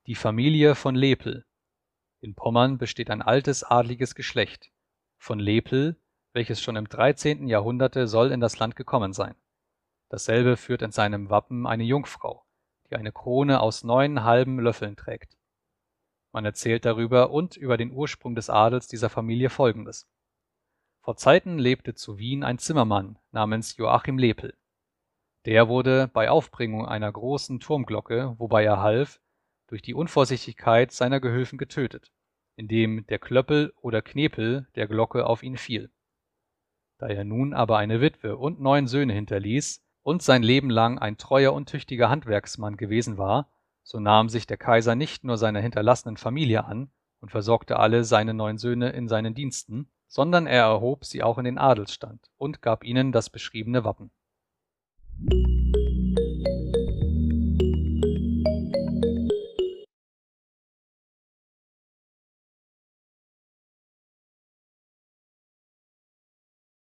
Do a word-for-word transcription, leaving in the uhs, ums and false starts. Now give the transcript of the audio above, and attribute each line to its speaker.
Speaker 1: Die Familie von Lepel. In Pommern besteht ein altes adliges Geschlecht. Von Lepel, welches schon im dreizehnten Jahrhunderte soll in das Land gekommen sein. Dasselbe führt in seinem Wappen eine Jungfrau, die eine Krone aus neun halben Löffeln trägt. Man erzählt darüber und über den Ursprung des Adels dieser Familie Folgendes: Vor Zeiten lebte zu Wien ein Zimmermann namens Joachim Lepel. Der wurde bei Aufbringung einer großen Turmglocke, wobei er half, durch die Unvorsichtigkeit seiner Gehilfen getötet, indem der Klöppel oder Knepel der Glocke auf ihn fiel. Da er nun aber eine Witwe und neun Söhne hinterließ und sein Leben lang ein treuer und tüchtiger Handwerksmann gewesen war, so nahm sich der Kaiser nicht nur seiner hinterlassenen Familie an und versorgte alle seine neun Söhne in seinen Diensten, sondern er erhob sie auch in den Adelsstand und gab ihnen das beschriebene Wappen.